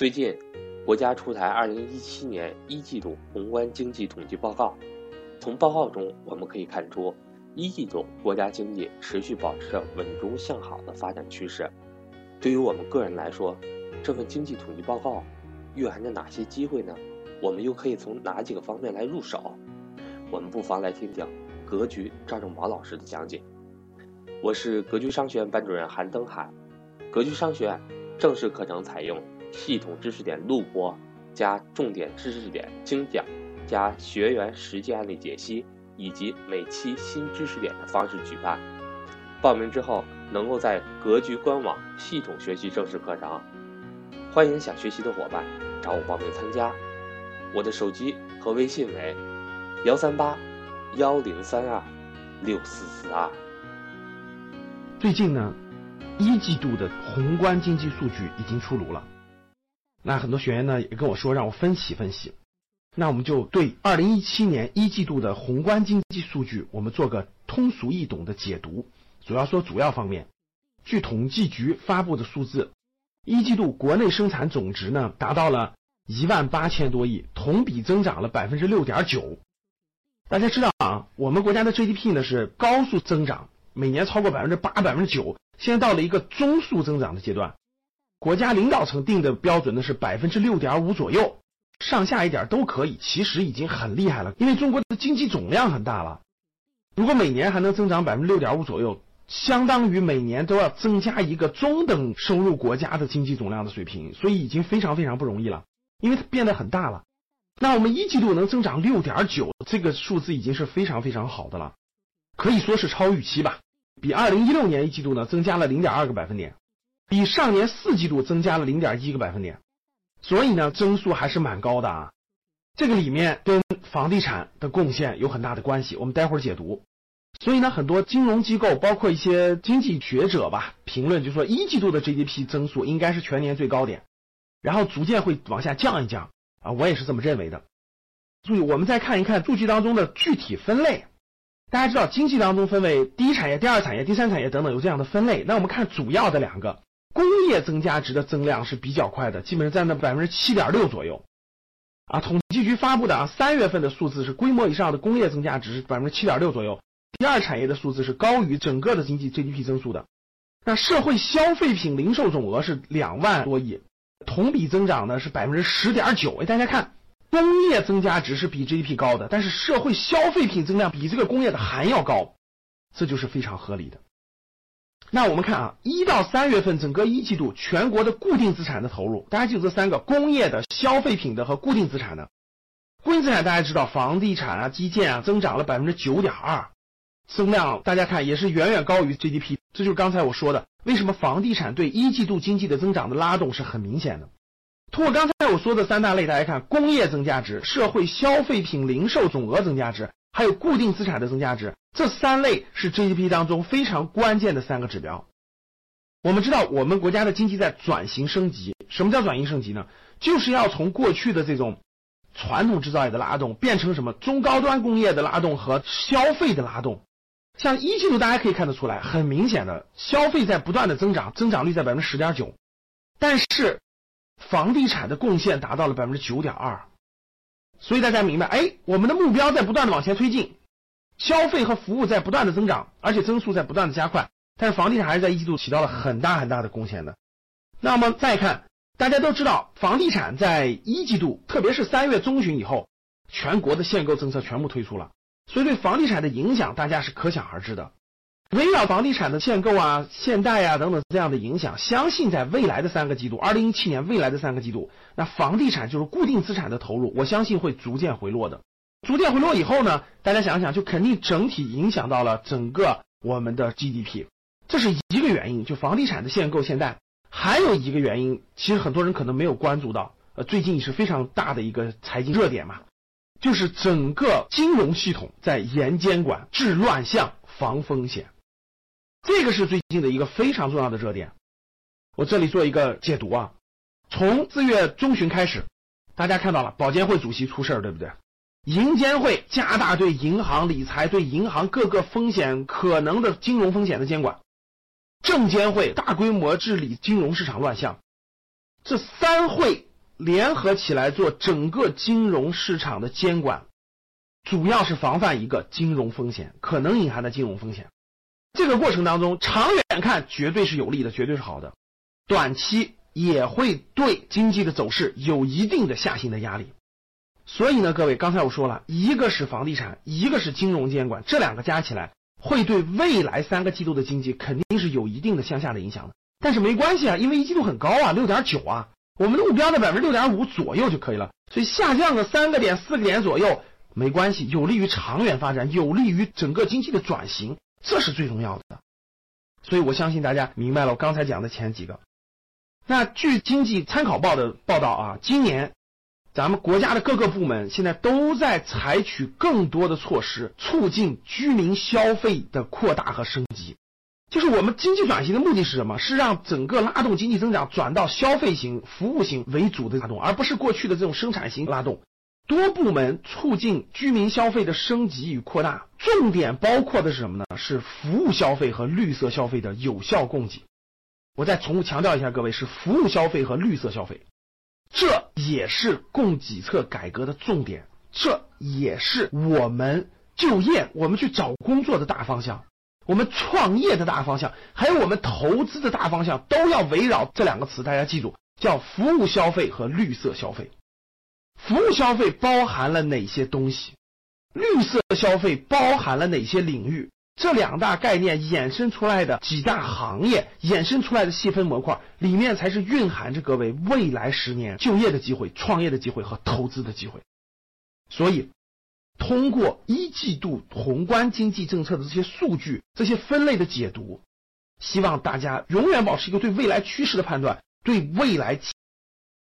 最近，国家出台2017年一季度宏观经济统计报告。从报告中我们可以看出，一季度国家经济持续保持着稳中向好的发展趋势。对于我们个人来说，这份经济统计报告蕴含着哪些机会呢？我们又可以从哪几个方面来入手？我们不妨来听听格局赵正宝老师的讲解。我是格局商学院班主任韩登海。格局商学院正式课程采用系统知识点录播加重点知识点精讲加学员实际案例解析以及每期新知识点的方式举办。报名之后能够在格局官网系统学习正式课程。欢迎想学习的伙伴找我报名参加。我的手机和微信为138-1032-6442。 最近呢，一季度的宏观经济数据已经出炉了。那很多学员呢也跟我说让我分析分析。那我们就对2017年一季度的宏观经济数据我们做个通俗易懂的解读。主要说主要方面，据统计局发布的数字，一季度国内生产总值呢达到了18000多亿，同比增长了 6.9%。 大家知道啊，我们国家的 GDP 呢是高速增长，每年超过 8%、9%， 现在到了一个中速增长的阶段。国家领导层定的标准呢是 6.5% 左右，上下一点都可以，其实已经很厉害了，因为中国的经济总量很大了。如果每年还能增长 6.5% 左右，相当于每年都要增加一个中等收入国家的经济总量的水平，所以已经非常非常不容易了，因为它变得很大了。那我们一季度能增长 6.9%， 这个数字已经是非常非常好的了，可以说是超预期吧。比2016年一季度呢增加了 0.2个百分点，比上年4季度增加了 0.1个百分点，所以呢增速还是蛮高的啊。这个里面跟房地产的贡献有很大的关系，我们待会儿解读。所以呢很多金融机构包括一些经济学者吧评论，就说一季度的 GDP 增速应该是全年最高点，然后逐渐会往下降一降啊，我也是这么认为的。注意，我们再看一看数据当中的具体分类。大家知道经济当中分为第一产业、第二产业、第三产业等等，有这样的分类。那我们看主要的两个，工业增加值的增量是比较快的，基本上占到 7.6% 左右啊。统计局发布的3月份的数字是规模以上的工业增加值是 7.6% 左右，第二产业的数字是高于整个的经济 GDP 增速的。那社会消费品零售总额是2万多亿，同比增长呢是 10.9%。大家看，工业增加值是比 GDP 高的，但是社会消费品增量比这个工业的还要高，这就是非常合理的。那我们看啊，1到3月份整个一季度全国的固定资产的投入，大家记住这三个：工业的、消费品的和固定资产的。固定资产大家知道，房地产啊、基建啊增长了 9.2%， 增量大家看也是远远高于 GDP。 这就是刚才我说的，为什么房地产对一季度经济的增长的拉动是很明显的。通过刚才我说的三大类，大家看工业增加值、社会消费品零售总额增加值还有固定资产的增加值，这三类是 GDP 当中非常关键的3个指标。我们知道我们国家的经济在转型升级。什么叫转型升级呢？就是要从过去的这种传统制造业的拉动变成什么中高端工业的拉动和消费的拉动。像一季度大家可以看得出来，很明显的消费在不断的增长，增长率在 10.9%， 但是房地产的贡献达到了 9.2%。 所以大家明白，我们的目标在不断的往前推进，消费和服务在不断的增长，而且增速在不断的加快，但是房地产还是在一季度起到了很大很大的贡献的。那么再看，大家都知道房地产在一季度特别是3月中旬以后，全国的限购政策全部推出了，所以对房地产的影响大家是可想而知的。围绕房地产的限购啊、限贷啊等等这样的影响，相信在未来的3个季度，2017年未来的3个季度，那房地产就是固定资产的投入，我相信会逐渐回落的。逐渐回落以后呢，大家想想就肯定整体影响到了整个我们的 GDP， 这是一个原因，就房地产的限购限贷。还有一个原因，其实很多人可能没有关注到，最近也是非常大的一个财经热点嘛，就是整个金融系统在严监管、治乱象、防风险。这个是最近的一个非常重要的热点。我这里做一个解读啊，从4月中旬开始，大家看到了保监会主席出事，对不对？银监会加大对银行理财、对银行各个风险可能的金融风险的监管，证监会大规模治理金融市场乱象。这3会联合起来做整个金融市场的监管，主要是防范一个金融风险，可能隐含的金融风险。这个过程当中，长远看绝对是有利的，绝对是好的，短期也会对经济的走势有一定的下行的压力。所以呢，各位，刚才我说了，一个是房地产，一个是金融监管，这两个加起来会对未来3个季度的经济肯定是有一定的向下的影响的。但是没关系啊，因为一季度很高啊， 6.9 啊，我们的目标在 6.5% 左右就可以了，所以下降个3个点4个点左右没关系，有利于长远发展，有利于整个经济的转型，这是最重要的。所以我相信大家明白了我刚才讲的前几个。那据经济参考报的报道啊，今年咱们国家的各个部门现在都在采取更多的措施，促进居民消费的扩大和升级。就是我们经济转型的目的是什么？是让整个拉动经济增长转到消费型、服务型为主的拉动，而不是过去的这种生产型拉动。多部门促进居民消费的升级与扩大，重点包括的是什么呢？是服务消费和绿色消费的有效供给。我再重复强调一下，各位，是服务消费和绿色消费，这也是供给侧改革的重点，这也是我们就业、我们去找工作的大方向，我们创业的大方向，还有我们投资的大方向，都要围绕这2个词，大家记住，叫服务消费和绿色消费。服务消费包含了哪些东西？绿色消费包含了哪些领域？这2大概念衍生出来的几大行业，衍生出来的细分模块，里面才是蕴含着各位未来10年就业的机会、创业的机会和投资的机会。所以通过1季度宏观经济政策的这些数据、这些分类的解读，希望大家永远保持一个对未来趋势的判断，对未来企